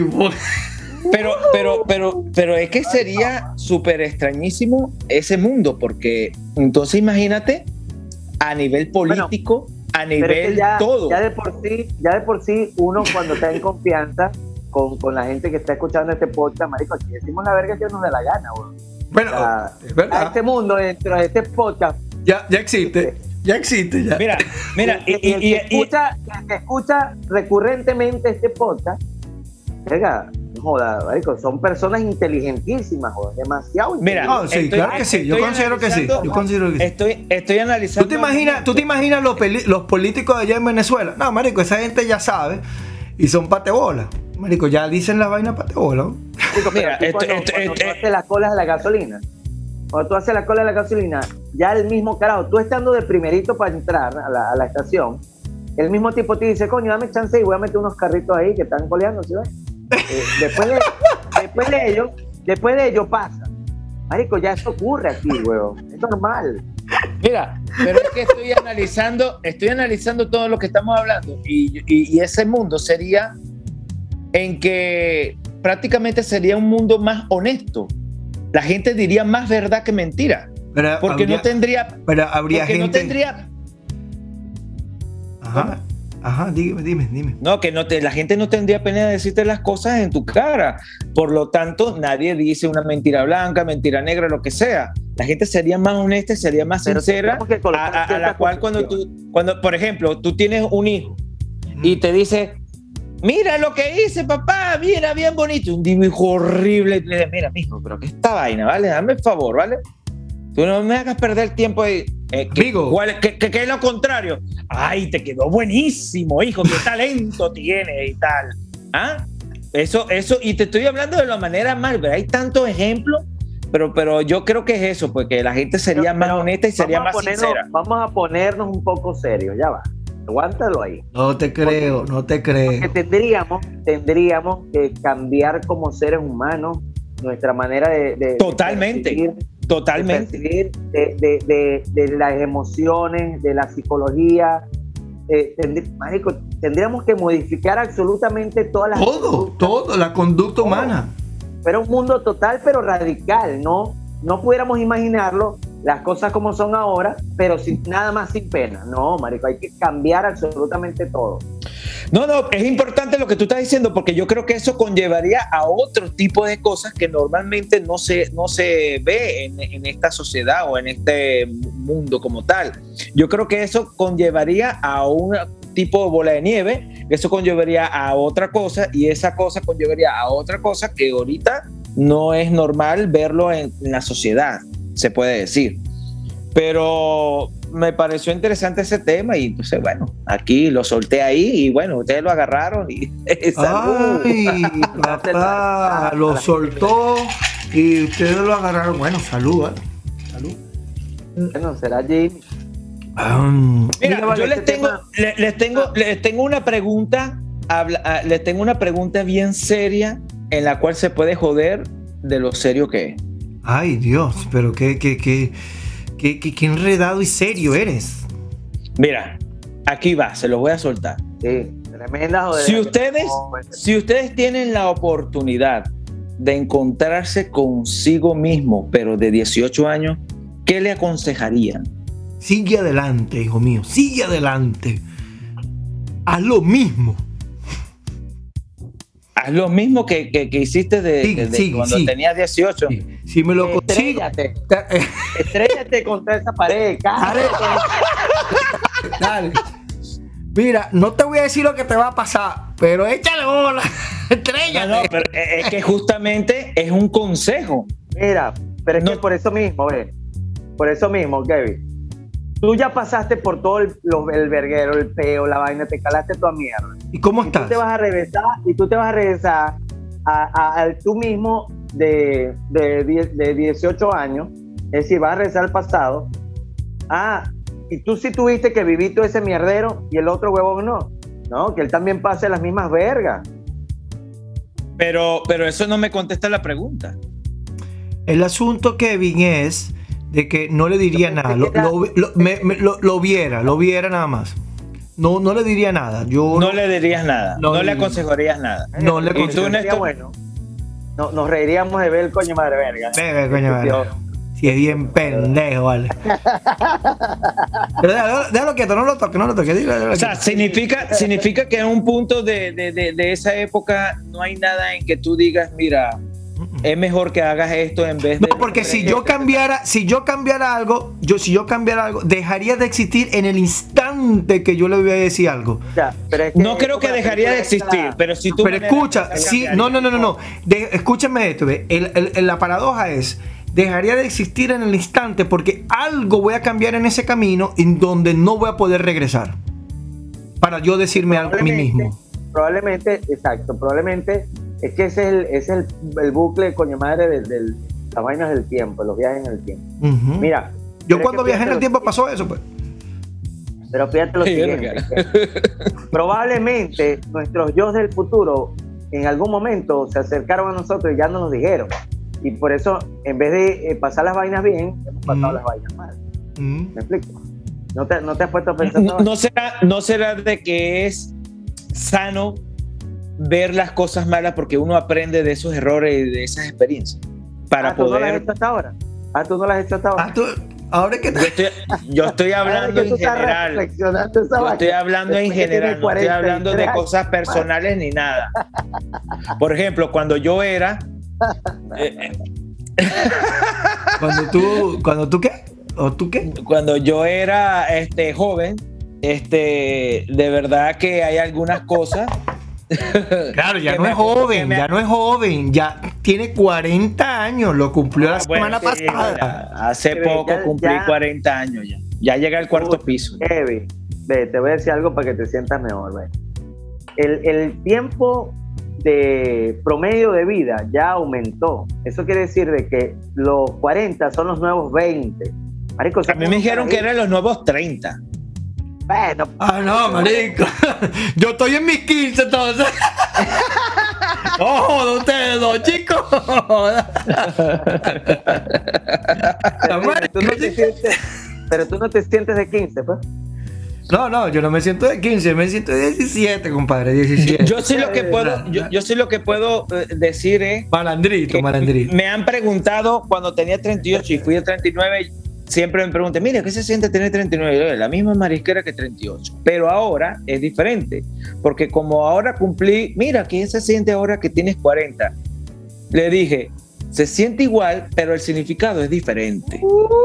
Pero es que sería súper extrañísimo ese mundo, porque entonces imagínate a nivel político, a nivel todo. Ya de por sí, uno cuando está en confianza con la gente que está escuchando este podcast, marico, aquí decimos la verga que nos dé la gana, güey. Bueno, es verdad. A este mundo, dentro de este podcast. Ya existe. Ya existe, ya. Mira. Y el que escucha recurrentemente este podcast, venga, joda, marico, son personas inteligentísimas, joda, demasiado inteligentísimas. Mira, sí, claro que sí. Yo considero que sí. Estoy analizando. ¿Tú te imaginas los políticos allá en Venezuela? No, marico, esa gente ya sabe y son patebolas. Marico, ya dicen la vaina patebola, ¿no? Mira, cuando tú haces las colas de la gasolina. Cuando tú haces la cola de la gasolina, ya el mismo carajo, tú estando de primerito para entrar a la estación, el mismo tipo te dice, coño, dame chance y voy a meter unos carritos ahí que están coleando, ¿sí ves? Después de ello pasa. Marico, ya eso ocurre aquí, huevón. Es normal. Mira, pero es que estoy analizando todo lo que estamos hablando y ese mundo sería en que prácticamente sería un mundo más honesto. La gente diría más verdad que mentira. Porque no tendría... Pero habría gente... No tendría... Ajá, dime. No, que la gente no tendría pena de decirte las cosas en tu cara. Por lo tanto, nadie dice una mentira blanca, mentira negra, lo que sea. La gente sería más honesta, sería más sincera, a la cual cuando, por ejemplo, tú tienes un hijo y te dice... Mira lo que hice, papá, mira, bien bonito. Un dibujo horrible. Y le dice, mira, mijo, pero ¿qué esta vaina, vale? Dame el favor, ¿vale? Tú no me hagas perder el tiempo ahí. ¿Qué es lo contrario? Ay, te quedó buenísimo, hijo, qué talento tienes y tal. ¿Ah? Eso, y te estoy hablando de la manera mal, pero hay tantos ejemplos, pero yo creo que es eso, porque la gente sería más honesta y sería más sincera. Vamos a ponernos un poco serios, ya va. Aguántalo ahí. No te creo. Porque tendríamos que cambiar como seres humanos nuestra manera de totalmente. De las emociones, de la psicología. Marico, tendríamos que modificar absolutamente todas las todo, la conducta humana. Pero un mundo total, pero radical, no pudiéramos imaginarlo las cosas como son ahora, pero nada más sin pena. No, marico, hay que cambiar absolutamente todo. No, es importante lo que tú estás diciendo porque yo creo que eso conllevaría a otro tipo de cosas que normalmente no se ve en esta sociedad o en este mundo como tal. Yo creo que eso conllevaría a un tipo de bola de nieve, eso conllevaría a otra cosa y esa cosa conllevaría a otra cosa que ahorita no es normal verlo en la sociedad, se puede decir. Pero me pareció interesante ese tema y entonces, bueno, aquí lo solté ahí y bueno, ustedes lo agarraron y ¡ay, papá! Lo soltó y ustedes lo agarraron. Bueno, salud, ¿eh? Salud. Bueno, será Jimmy. Mira, yo les tengo una pregunta, les tengo una pregunta bien seria en la cual se puede joder de lo serio que es. Ay, Dios, pero qué enredado y serio eres. Mira, aquí va, se los voy a soltar. Sí, tremenda joder. Si ustedes tienen la oportunidad de encontrarse consigo mismo, pero de 18 años, ¿qué le aconsejarían? Sigue adelante, hijo mío, sigue adelante. Haz lo mismo. Haz lo mismo que hiciste cuando tenías 18. Sí. Si me lo consigo. Estrellate contra esa pared, Dale. Mira, no te voy a decir lo que te va a pasar, pero échale bola. Estrellate. No, pero es que justamente es un consejo. Mira, pero es que por eso mismo, Kevin. Tú ya pasaste por todo el verguero, el peo, la vaina, te calaste toda mierda. ¿Y cómo estás? Tú te vas a regresar a tú mismo de 18 años, es decir, vas a regresar al pasado. Y tú sí tuviste que vivir todo ese mierdero y el otro huevón no, que él también pase las mismas vergas. Pero eso no me contesta la pregunta. El asunto, Kevin, es de que no le diría nada, lo viera nada más. No le diría nada. No le dirías nada, no le aconsejarías nada. No le aconsejaría. Bueno, nos reiríamos de ver el coño madre verga. Venga, coño madre. Si es bien pendejo, vale. Pero déjalo quieto, no lo toque. O sea, significa que en un punto de esa época no hay nada en que tú digas, mira, es mejor que hagas esto en vez de... No, porque si yo cambiara algo, dejaría de existir en el instante que yo le voy a decir algo. Ya, pero es que no creo que dejaría de existir, pero si tú... Pero escucha, sí, no. Escúchame esto, la paradoja es, dejaría de existir en el instante porque algo voy a cambiar en ese camino en donde no voy a poder regresar. Para yo decirme algo a mí mismo. Probablemente es que ese es el bucle, coño madre, de las vainas del tiempo, los viajes en el tiempo. Uh-huh. Mira. Yo cuando viajé en el tiempo pasó eso, pues. Pero fíjate lo siguiente. Probablemente nuestros yo del futuro en algún momento se acercaron a nosotros y ya no nos dijeron. Y por eso, en vez de pasar las vainas bien, hemos pasado las vainas mal. ¿Me explico? ¿No te has puesto a pensar? ¿No será de que es sano ver las cosas malas porque uno aprende de esos errores y de esas experiencias para ¿Tú poder... no las has hecho hasta ahora? ¿Tú no las has hecho hasta ahora? ¿Ahora qué tal? Yo estoy hablando en general. Yo estoy hablando en general, no estoy hablando de cosas personales ni nada. Por ejemplo, cuando yo era... ¿Cuando tú qué? ¿O tú qué? Cuando yo era joven, de verdad que hay algunas cosas... Claro, ya no es joven, ya tiene 40 años, lo cumplió la semana pasada. Hace poco cumplí 40 años ya. Ya llega al cuarto piso. Kevin, te voy a decir algo para que te sientas mejor. Ve. El tiempo de promedio de vida ya aumentó. Eso quiere decir de que los 40 son los nuevos 20. Marico, a mí me dijeron que eran los nuevos 30. Bueno. No, marico. Yo estoy en mis 15 entonces. ¡Ojo de ustedes dos, chicos! Pero tú no te sientes de 15, pues. No, yo no me siento de 15, me siento de 17, compadre, 17. Yo sí lo que puedo decir es... Malandrito. Me han preguntado cuando tenía 38 y fui de 39... siempre me preguntan, mira, ¿qué se siente tener 39? La misma marisquera que 38. Pero ahora es diferente, porque como ahora cumplí, mira, ¿qué se siente ahora que tienes 40? Le dije, se siente igual, pero el significado es diferente.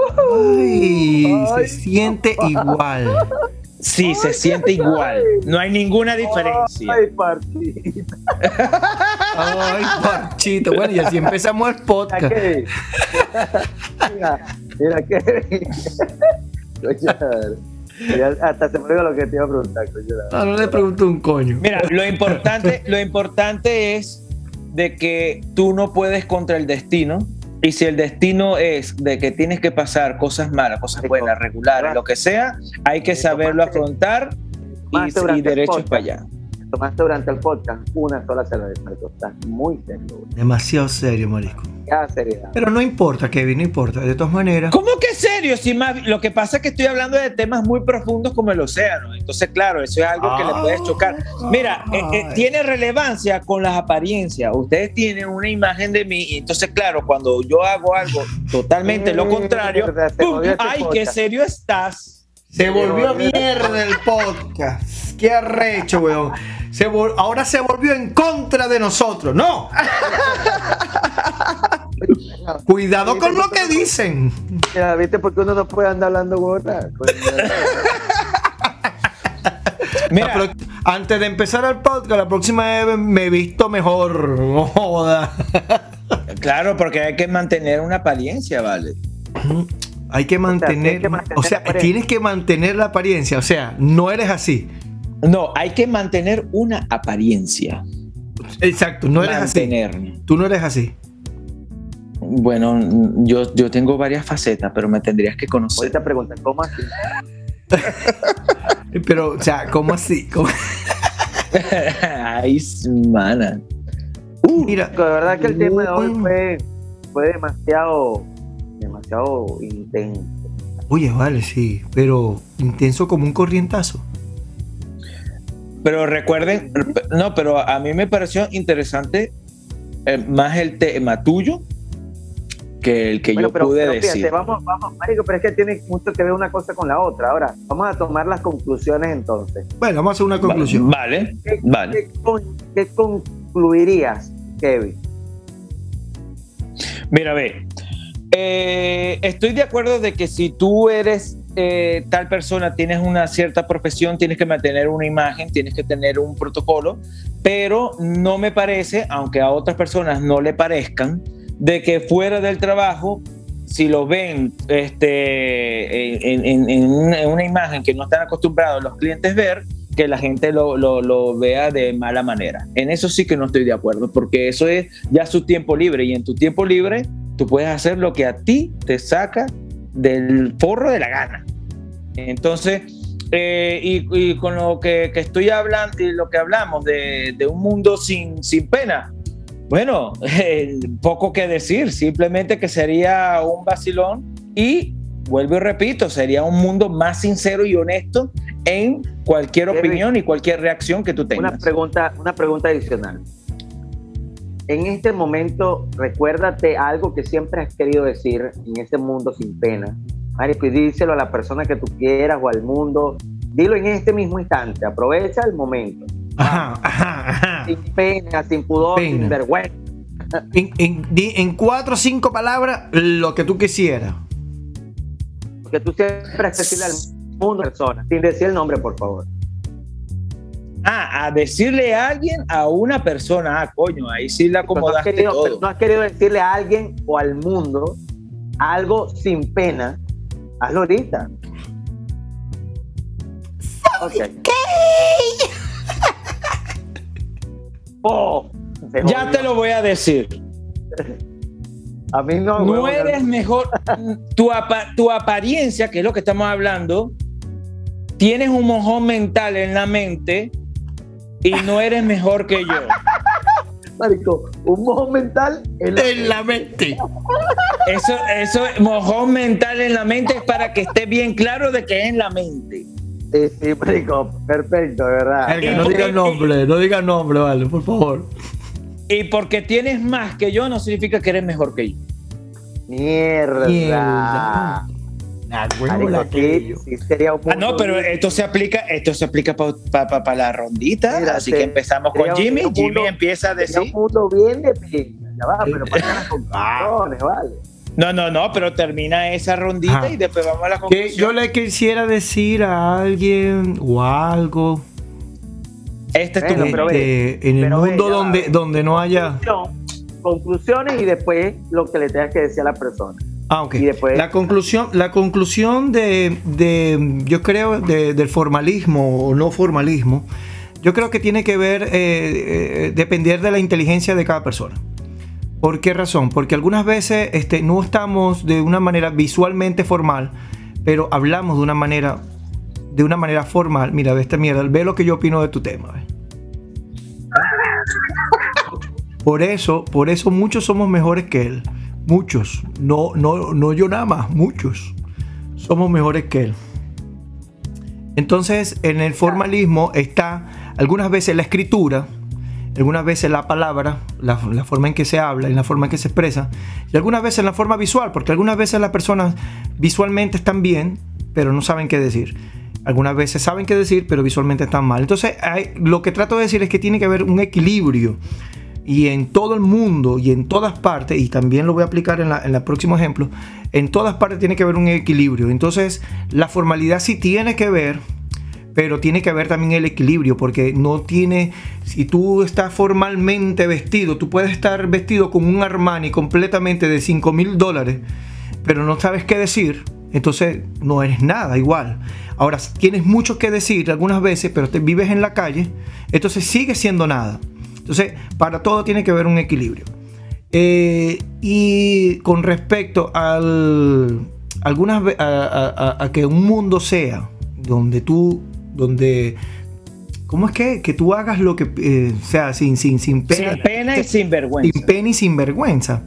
Se siente igual. Sí, se siente igual. No hay ninguna diferencia. Ay, Parchito. Ay, Parchito. Bueno, y así empezamos el podcast. Mira que. Hasta se me olvidó lo que te iba a preguntar. No le pregunto un coño. Mira, lo importante es de que tú no puedes contra el destino. Y si el destino es de que tienes que pasar cosas malas, cosas buenas, regulares, lo que sea, hay que saberlo afrontar y derechos para allá. Tomaste durante el podcast una sola cerveza, Marco. Estás muy serio. Demasiado serio, marisco. Ya, seriedad. Pero no importa, Kevin, no importa. De todas maneras. ¿Cómo que serio? Si más, lo que pasa es que estoy hablando de temas muy profundos como el océano. Entonces, claro, eso es algo que le puedes chocar. Mira, tiene relevancia con las apariencias. Ustedes tienen una imagen de mí y entonces, claro, cuando yo hago algo totalmente lo contrario, ¡pum! ¡Ay, qué serio estás! Se volvió mierda el podcast. Qué arrecho, weón. Ahora se volvió en contra de nosotros. ¡No! Cuidado con lo que dicen. Mira, ¿viste por qué uno no puede andar hablando gorda? Mira, antes de empezar el podcast, la próxima vez me he visto mejor. No joda. Claro, porque hay que mantener una apariencia, ¿vale? Hay que mantener, tienes que mantener la apariencia. O sea, no eres así. No, hay que mantener una apariencia. Exacto, no eres así. Tú no eres así. Bueno, yo tengo varias facetas, pero me tendrías que conocer. Ahorita preguntan, ¿cómo así? Pero, o sea, ¿cómo así? ¿Cómo? Ay, mana. Mira, la verdad que el tema de hoy fue demasiado intenso. Oye, vale, sí, pero intenso como un corrientazo. Pero recuerden, no, pero a mí me pareció interesante más el tema tuyo que el que yo pude decir. Fíjate, vamos, marico, pero es que tiene mucho que ver una cosa con la otra. Ahora, vamos a tomar las conclusiones entonces. Bueno, vamos a hacer una conclusión. Vale. ¿Qué concluirías, Kevin? Mira, ve, estoy de acuerdo de que si tú eres tal persona, tienes una cierta profesión, tienes que mantener una imagen, tienes que tener un protocolo, pero no me parece, aunque a otras personas no le parezcan, de que fuera del trabajo, si lo ven en una imagen que no están acostumbrados los clientes ver, que la gente lo vea de mala manera. En eso sí que no estoy de acuerdo, porque eso es ya su tiempo libre, y en tu tiempo libre tú puedes hacer lo que a ti te saca del forro de la gana. Entonces, y con lo que estoy hablando y lo que hablamos de un mundo sin pena, bueno, poco que decir, simplemente que sería un vacilón y, vuelvo y repito, sería un mundo más sincero y honesto en cualquier opinión y cualquier reacción que tú tengas. Una pregunta adicional. En este momento, recuérdate algo que siempre has querido decir en este mundo sin pena. Marico, y díselo a la persona que tú quieras o al mundo. Dilo en este mismo instante. Aprovecha el momento. Ajá. Sin pena, sin pudor, sin vergüenza. En 4 o 5 palabras, lo que tú quisieras. Porque tú siempre has decirle al mundo persona, sin decir el nombre, por favor. A decirle a alguien, a una persona, coño, ahí sí la acomodaste todo. No has querido decirle a alguien o al mundo algo sin pena. Hazlo ahorita. Okay. Ya te lo voy a decir. A mí no. No eres mejor. Tu apariencia, que es lo que estamos hablando, tienes un mojón mental en la mente y no eres mejor que yo. Marico, un mojón mental en la mente. Eso, mojón mental en la mente es para que esté bien claro de que es en la mente. Sí, marico, perfecto, de verdad. No diga nombre, vale, por favor. Y porque tienes más que yo no significa que eres mejor que yo. Mierda. Sí sería un no, pero esto se aplica para la rondita. Mira, así que empezamos con Jimmy. Jimmy empieza a decir. Un mundo bien de pinga, ya va, pero para las conclusiones, vale. No, pero termina esa rondita y después vamos a la conclusión. Yo le quisiera decir a alguien o algo. Este es tu en el mundo donde no haya conclusiones y después lo que le tengas que decir a la persona. Ok. Y después, la conclusión de yo creo del formalismo o no formalismo, yo creo que tiene que ver depender de la inteligencia de cada persona. ¿Por qué razón? Porque algunas veces no estamos de una manera visualmente formal, pero hablamos de una manera formal. Mira, ve esta mierda, ve lo que yo opino de tu tema. ¿Ve? Por eso muchos somos mejores que él. Muchos, no yo nada más, muchos somos mejores que él. Entonces, en el formalismo está algunas veces la escritura, algunas veces la palabra, la forma en que se habla, en la forma en que se expresa, y algunas veces la forma visual, porque algunas veces las personas visualmente están bien, pero no saben qué decir. Algunas veces saben qué decir, pero visualmente están mal. Entonces, lo que trato de decir es que tiene que haber un equilibrio. Y en todo el mundo y en todas partes, y también lo voy a aplicar en el próximo ejemplo, en todas partes tiene que haber un equilibrio. Entonces, la formalidad sí tiene que ver, pero tiene que haber también el equilibrio, porque no tiene, si tú estás formalmente vestido, tú puedes estar vestido con un Armani completamente de $5,000, pero no sabes qué decir, entonces no eres nada igual. Ahora, tienes mucho que decir algunas veces, pero te vives en la calle, entonces sigues siendo nada. Entonces, para todo tiene que haber un equilibrio. Y con respecto a que un mundo sea donde ¿cómo es que tú hagas lo que sea sin pena y sin vergüenza? Sin pena y sin vergüenza.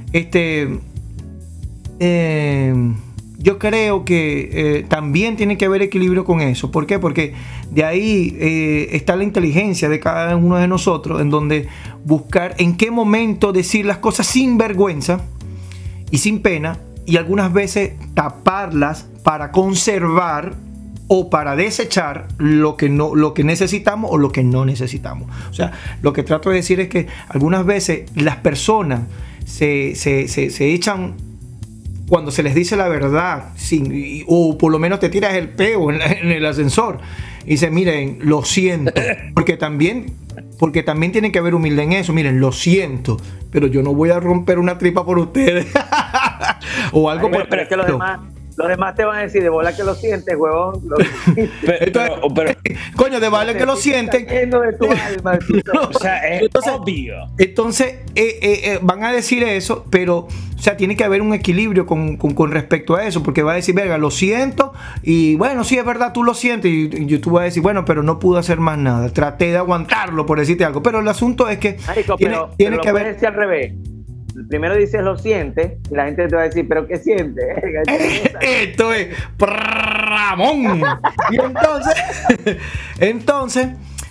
Yo creo que también tiene que haber equilibrio con eso. ¿Por qué? Porque de ahí está la inteligencia de cada uno de nosotros, en donde buscar en qué momento decir las cosas sin vergüenza y sin pena, y algunas veces taparlas para conservar o para desechar lo que necesitamos o lo que no necesitamos. O sea, lo que trato de decir es que algunas veces las personas se echan cuando se les dice la verdad, o por lo menos te tiras el peo en el ascensor y dice, miren, lo siento, porque también tiene que haber humildad en eso. Miren, lo siento, pero yo no voy a romper una tripa por ustedes o algo. Ay, pero es que los demás te van a decir, de bola que lo sientes, huevón. Pero coño, de bola que lo sienten. De tu alma, o sea, es obvio. Entonces, van a decir eso, pero, o sea, tiene que haber un equilibrio con respecto a eso, porque va a decir, verga, lo siento, y bueno, sí, es verdad, tú lo sientes, y tú vas a decir, bueno, pero no pude hacer más nada, traté de aguantarlo, por decirte algo, pero el asunto es que Marico, tiene que haber... decir al revés. Primero dices lo sientes y la gente te va a decir, ¿pero qué sientes? Esto es Ramón. Y entonces,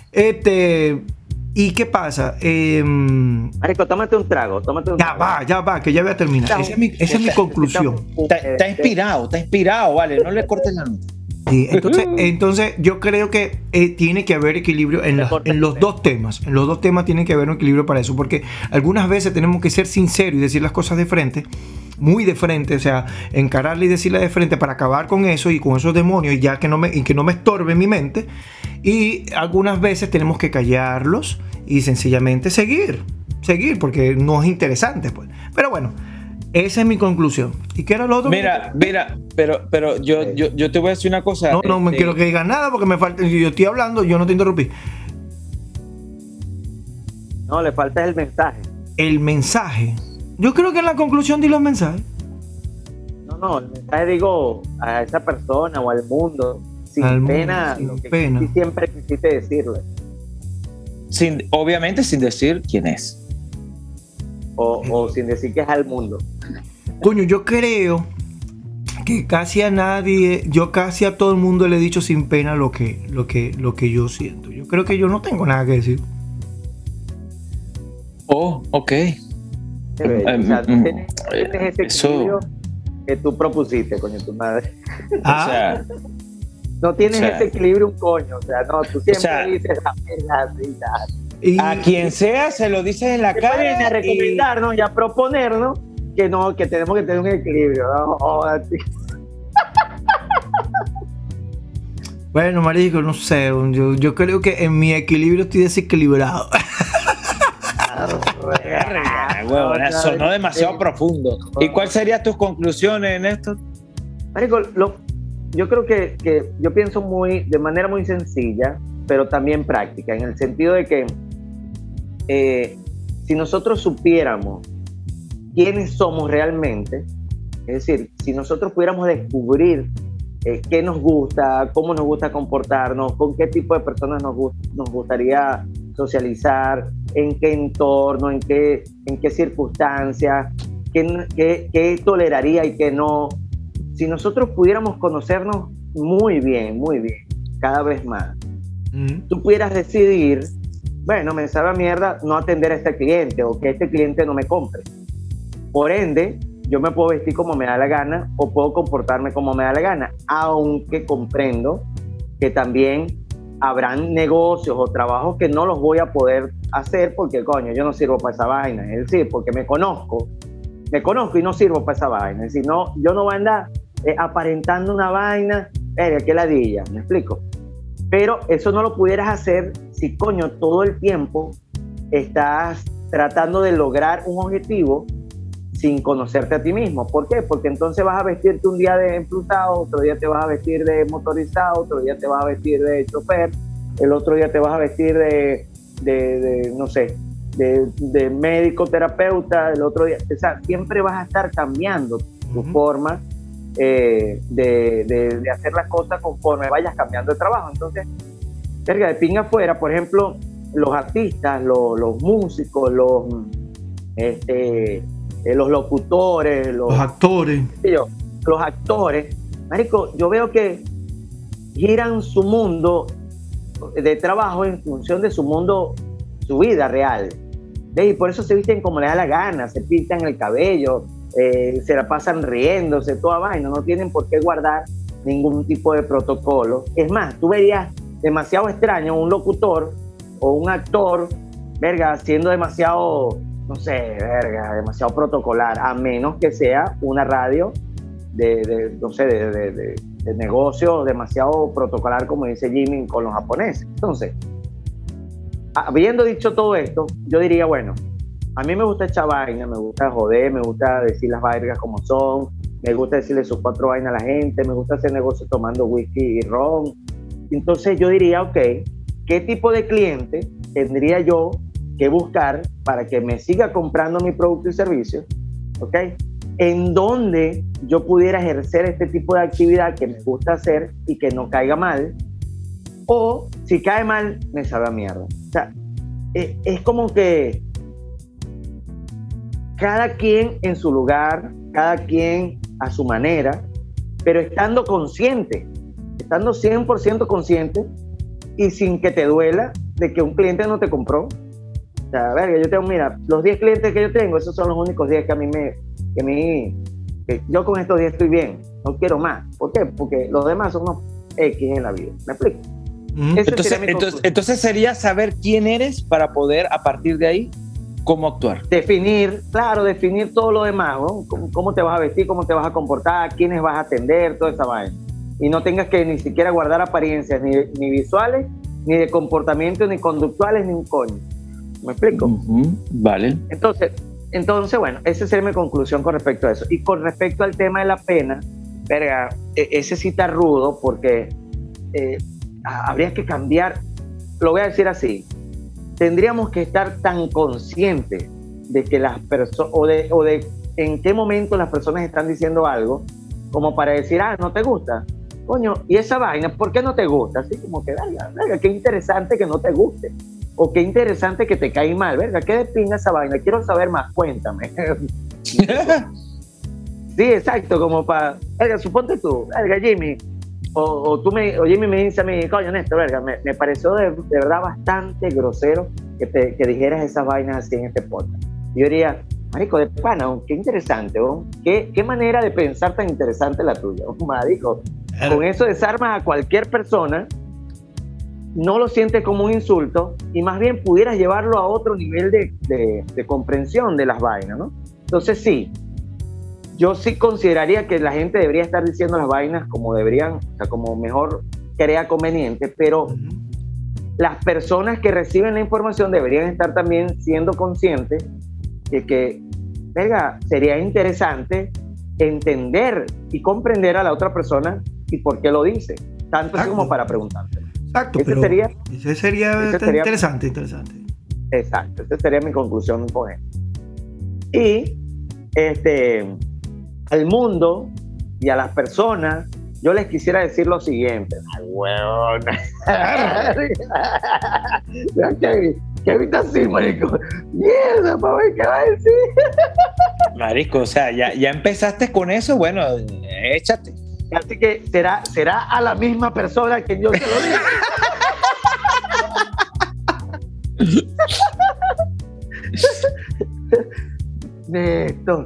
¿y qué pasa? Marico, tómate un trago. Ya va, que ya voy a terminar. Esa es mi conclusión. Está inspirado, vale, no le cortes la nota. Sí, entonces yo creo que tiene que haber equilibrio en los dos temas. En los dos temas tiene que haber un equilibrio para eso, porque algunas veces tenemos que ser sinceros y decir las cosas de frente, muy de frente, o sea, encararla y decirla de frente para acabar con eso y con esos demonios, y ya que no me estorbe mi mente. Y algunas veces tenemos que callarlos y sencillamente seguir, porque no es interesante, pues. Pero bueno, esa es mi conclusión. ¿Y qué era lo otro? Mira, pero yo te voy a decir una cosa. No me quiero que digas nada porque me falta. Yo estoy hablando, yo no te interrumpí. No, le falta el mensaje. El mensaje. Yo creo que en la conclusión di los mensajes. No, el mensaje digo a esa persona o al mundo. Sin pena, lo que siempre quisiste decirle. Obviamente sin decir quién es. O sin decir que es al mundo. Coño, yo creo que casi a todo el mundo le he dicho sin pena lo que yo siento. Yo creo que yo no tengo nada que decir. Oh, ok. Tienes ese equilibrio que tú propusiste, coño, tu madre. O sea, no tienes o sea, ese equilibrio un coño, o sea, no, tú siempre o sea, dices la verdad y tal. a quien sea se lo dices en la Que vayan a cara y... recomendarnos y a proponernos que no, que tenemos que tener un equilibrio, ¿no? Bueno, marico, no sé, yo creo que en mi equilibrio estoy desequilibrado. Huevona, sonó demasiado profundo. ¿Y cuáles serían tus conclusiones en esto? Marico, yo creo que yo pienso de manera muy sencilla, pero también práctica, en el sentido de que si nosotros supiéramos quiénes somos realmente, es decir, si nosotros pudiéramos descubrir qué nos gusta, cómo nos gusta comportarnos, con qué tipo de personas nos gustaría socializar, en qué entorno, en qué circunstancias, qué toleraría y qué no. Si nosotros pudiéramos conocernos muy bien, cada vez más, tú pudieras decidir, bueno, me sabe a mierda no atender a este cliente o que este cliente no me compre. Por ende, yo me puedo vestir como me da la gana o puedo comportarme como me da la gana, aunque comprendo que también habrán negocios o trabajos que no los voy a poder hacer porque, coño, yo no sirvo para esa vaina. Es decir, porque me conozco y no sirvo para esa vaina. Es decir, no, yo no voy a andar aparentando una vaina, qué ladilla, ¿me explico? Pero eso no lo pudieras hacer si, coño, todo el tiempo estás tratando de lograr un objetivo sin conocerte a ti mismo. ¿Por qué? Porque entonces vas a vestirte un día de emplutado, otro día te vas a vestir de motorizado, otro día te vas a vestir de chofer, el otro día te vas a vestir de no sé, de médico terapeuta, el otro día, o sea, siempre vas a estar cambiando tu forma de hacer las cosas conforme vayas cambiando de trabajo. Entonces, verga, de pinga afuera, por ejemplo, los artistas, los músicos, los locutores, los actores. Los actores, marico, yo veo que giran su mundo de trabajo en función de su mundo, su vida real. Y por eso se visten como les da la gana, se pintan el cabello, se la pasan riéndose, toda vaina, no tienen por qué guardar ningún tipo de protocolo. Es más, tú verías demasiado extraño un locutor o un actor, verga, siendo demasiado, no sé, verga, demasiado protocolar, a menos que sea una radio no sé, de negocio demasiado protocolar, como dice Jimmy, con los japoneses. Entonces, habiendo dicho todo esto, yo diría, bueno, a mí me gusta echar vaina, me gusta joder, me gusta decir las vainas como son, me gusta decirle sus 4 vainas a la gente, me gusta hacer negocio tomando whisky y ron. Entonces yo diría, ok, ¿qué tipo de cliente tendría yo que buscar para que me siga comprando mi producto y servicio? ¿Ok? En donde yo pudiera ejercer este tipo de actividad que me gusta hacer y que no caiga mal, o si cae mal, me sabe a mierda. O sea, es como que cada quien en su lugar, cada quien a su manera, pero estando consciente, estando 100% consciente y sin que te duela de que un cliente no te compró. O sea, verga, yo tengo, mira, los 10 clientes que yo tengo, esos son los únicos 10 que yo con estos 10 estoy bien, no quiero más. ¿Por qué? Porque los demás son unos X en la vida. ¿Me explico? Entonces sería saber quién eres para poder, a partir de ahí, cómo actuar. Definir todo lo demás, ¿no? Cómo te vas a vestir, cómo te vas a comportar, quiénes vas a atender, toda esa vaina. Y no tengas que ni siquiera guardar apariencias ni visuales, ni de comportamiento, ni conductuales, ni un coño. ¿Me explico? Vale. Entonces, bueno, esa sería mi conclusión con respecto a eso. Y con respecto al tema de la pena, verga, ese sí está rudo porque habría que cambiar, lo voy a decir así, tendríamos que estar tan conscientes de que las personas, o de en qué momento las personas están diciendo algo, como para decir, no te gusta, coño, y esa vaina, ¿por qué no te gusta? Así como que, verga, qué interesante que no te guste. O qué interesante que te cae mal, verga, ¿qué de pinga esa vaina? Quiero saber más, cuéntame. Sí, exacto, como para, verga, suponte tú, verga, Jimmy, o Jimmy me dice a mí, coño, Néstor, verga, me pareció de verdad bastante grosero que dijeras esas vainas así en este podcast. Yo diría, Marico, de pana, qué interesante, ¿no? ¿Qué manera de pensar tan interesante la tuya, marico? Con eso desarmas a cualquier persona, no lo sientes como un insulto y más bien pudieras llevarlo a otro nivel de comprensión de las vainas, ¿no? Entonces sí, yo sí consideraría que la gente debería estar diciendo las vainas como deberían, o sea, como mejor crea conveniente, pero las personas que reciben la información deberían estar también siendo conscientes de que, venga, sería interesante entender y comprender a la otra persona y por qué lo dice, tanto así como para preguntarte. Exacto, ese sería interesante. Exacto, esa sería mi conclusión con él. Y al mundo y a las personas, yo les quisiera decir lo siguiente. Ay, huevón. ¿Qué viste así, marico? Mierda, pa' ver qué va a decir. Marico, o sea, ya empezaste con eso, bueno, échate. Así que será a la misma persona que yo se lo diga. Neto.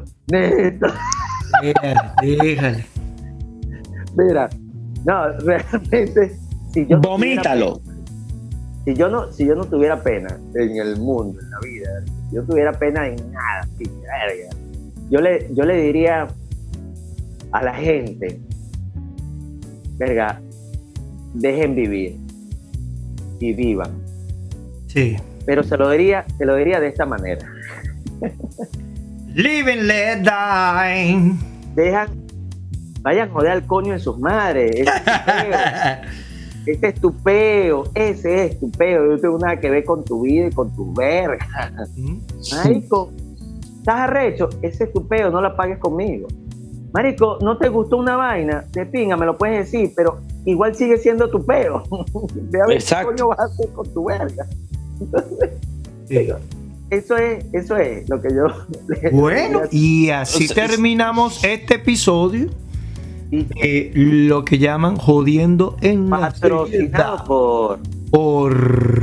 Déjale. Mira, no, realmente, si yo vomítalo. Si yo no tuviera pena en el mundo, en la vida, si yo tuviera pena en nada, sí, verga, yo le diría a la gente, verga, dejen vivir y vivan. Sí. Pero se lo diría de esta manera. Live and let die. Vayan a joder al coño de sus madres. Ese es tu peo. Yo no tengo nada que ver con tu vida y con tu verga. Marico, ¿estás arrecho? Ese es tu peo, no la pagues conmigo. Marico, ¿no te gustó una vaina? De pinga, me lo puedes decir, pero igual sigue siendo tu peo. Ve a ver qué coño vas a hacer con tu verga. Sí. Eso es lo que yo... Bueno, y así terminamos este episodio. Lo que llaman Jodiendo en la Patrocinado por...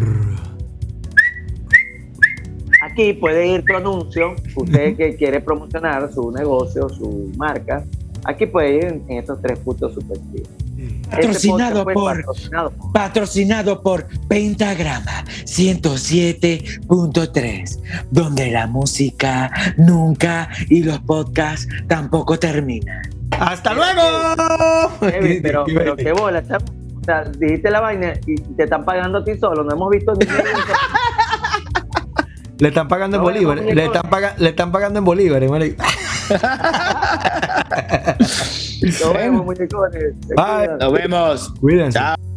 Aquí puede ir tu anuncio. Usted que quiere promocionar su negocio, su marca, aquí puede ir en estos 3 puntos suspensivos. Patrocinado por Pentagrama 107.3, donde la música nunca y los podcasts tampoco terminan. ¡Hasta luego! Pero qué bola, chamo. O sea, dijiste la vaina y te están pagando a ti solo. No hemos visto ni Le están pagando en bolívares. Le están pagando en bolívares, marico. Nos vemos, muñecones. Nos vemos. Cuídense. Chao.